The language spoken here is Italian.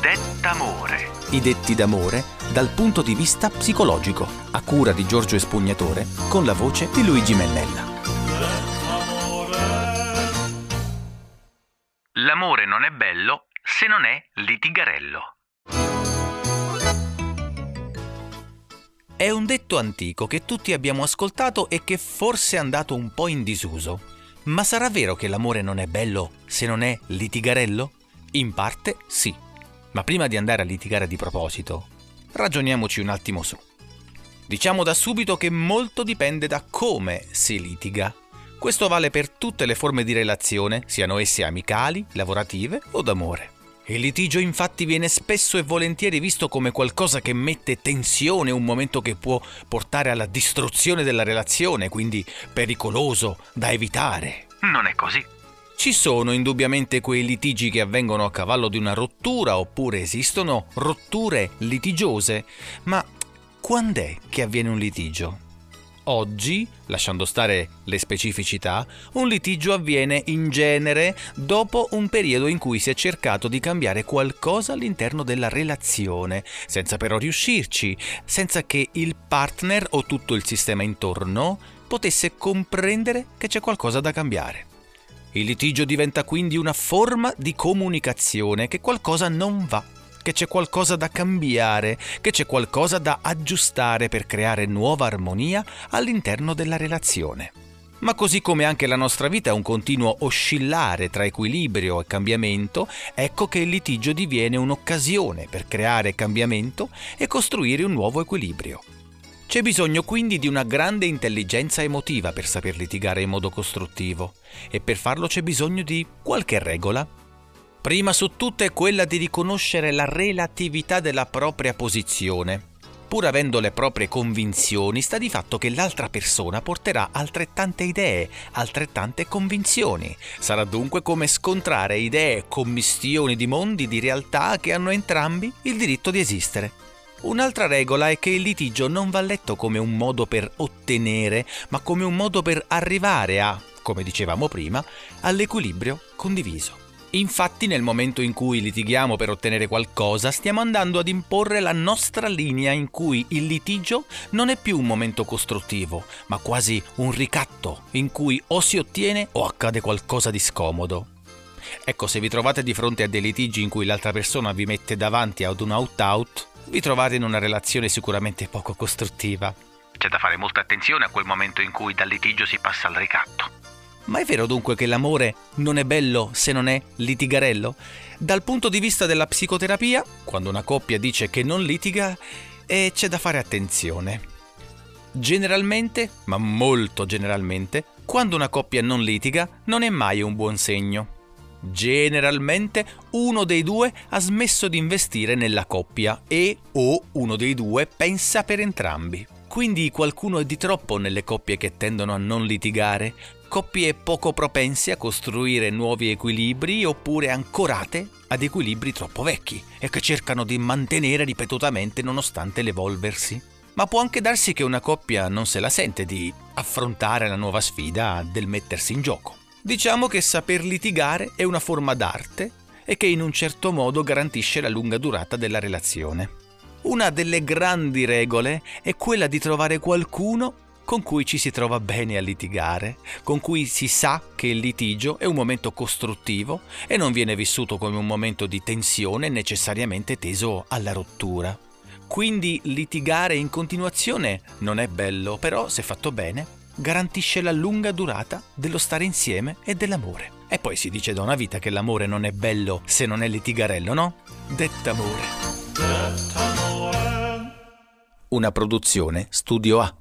Dettamore. I detti d'amore dal punto di vista psicologico, a cura di Giorgio Espugnatore, con la voce di Luigi Mennella. L'amore non è bello se non è litigarello. È un detto antico che tutti abbiamo ascoltato e che forse è andato un po' in disuso. Ma sarà vero che l'amore non è bello se non è litigarello? In parte sì. Ma prima di andare a litigare di proposito, ragioniamoci un attimo su. Diciamo da subito che molto dipende da come si litiga. Questo vale per tutte le forme di relazione, siano esse amicali, lavorative o d'amore. Il litigio infatti viene spesso e volentieri visto come qualcosa che mette tensione, un momento che può portare alla distruzione della relazione, quindi pericoloso, da evitare. Non è così. Ci sono indubbiamente quei litigi che avvengono a cavallo di una rottura, oppure esistono rotture litigiose. Ma quando è che avviene un litigio? Oggi, lasciando stare le specificità, un litigio avviene in genere dopo un periodo in cui si è cercato di cambiare qualcosa all'interno della relazione, senza però riuscirci, senza che il partner o tutto il sistema intorno potesse comprendere che c'è qualcosa da cambiare. Il litigio diventa quindi una forma di comunicazione, che qualcosa non va, che c'è qualcosa da cambiare, che c'è qualcosa da aggiustare per creare nuova armonia all'interno della relazione. Ma così come anche la nostra vita è un continuo oscillare tra equilibrio e cambiamento, ecco che il litigio diviene un'occasione per creare cambiamento e costruire un nuovo equilibrio. C'è bisogno quindi di una grande intelligenza emotiva per saper litigare in modo costruttivo, e per farlo c'è bisogno di qualche regola. Prima su tutto è quella di riconoscere la relatività della propria posizione. Pur avendo le proprie convinzioni, sta di fatto che l'altra persona porterà altrettante idee, altrettante convinzioni. Sarà dunque come scontrare idee e commistioni di mondi, di realtà che hanno entrambi il diritto di esistere. Un'altra regola è che il litigio non va letto come un modo per ottenere, ma come un modo per arrivare a, come dicevamo prima, all'equilibrio condiviso. Infatti, nel momento in cui litighiamo per ottenere qualcosa, stiamo andando ad imporre la nostra linea, in cui il litigio non è più un momento costruttivo, ma quasi un ricatto, in cui o si ottiene o accade qualcosa di scomodo. Ecco, se vi trovate di fronte a dei litigi in cui l'altra persona vi mette davanti ad un out-out, vi trovate in una relazione sicuramente poco costruttiva. C'è da fare molta attenzione a quel momento in cui dal litigio si passa al ricatto. Ma è vero dunque che l'amore non è bello se non è litigarello? Dal punto di vista della psicoterapia, quando una coppia dice che non litiga, c'è da fare attenzione. Generalmente, ma molto generalmente, quando una coppia non litiga non è mai un buon segno. Generalmente uno dei due ha smesso di investire nella coppia o uno dei due pensa per entrambi. Quindi qualcuno è di troppo nelle coppie che tendono a non litigare, coppie poco propense a costruire nuovi equilibri oppure ancorate ad equilibri troppo vecchi e che cercano di mantenere ripetutamente nonostante l'evolversi. Ma può anche darsi che una coppia non se la sente di affrontare la nuova sfida del mettersi in gioco. Diciamo che saper litigare è una forma d'arte e che in un certo modo garantisce la lunga durata della relazione. Una delle grandi regole è quella di trovare qualcuno con cui ci si trova bene a litigare, con cui si sa che il litigio è un momento costruttivo e non viene vissuto come un momento di tensione necessariamente teso alla rottura. Quindi litigare in continuazione non è bello, però se fatto bene garantisce la lunga durata dello stare insieme e dell'amore. E poi si dice da una vita che l'amore non è bello se non è litigarello, no? Dettamore. Una produzione Studio A.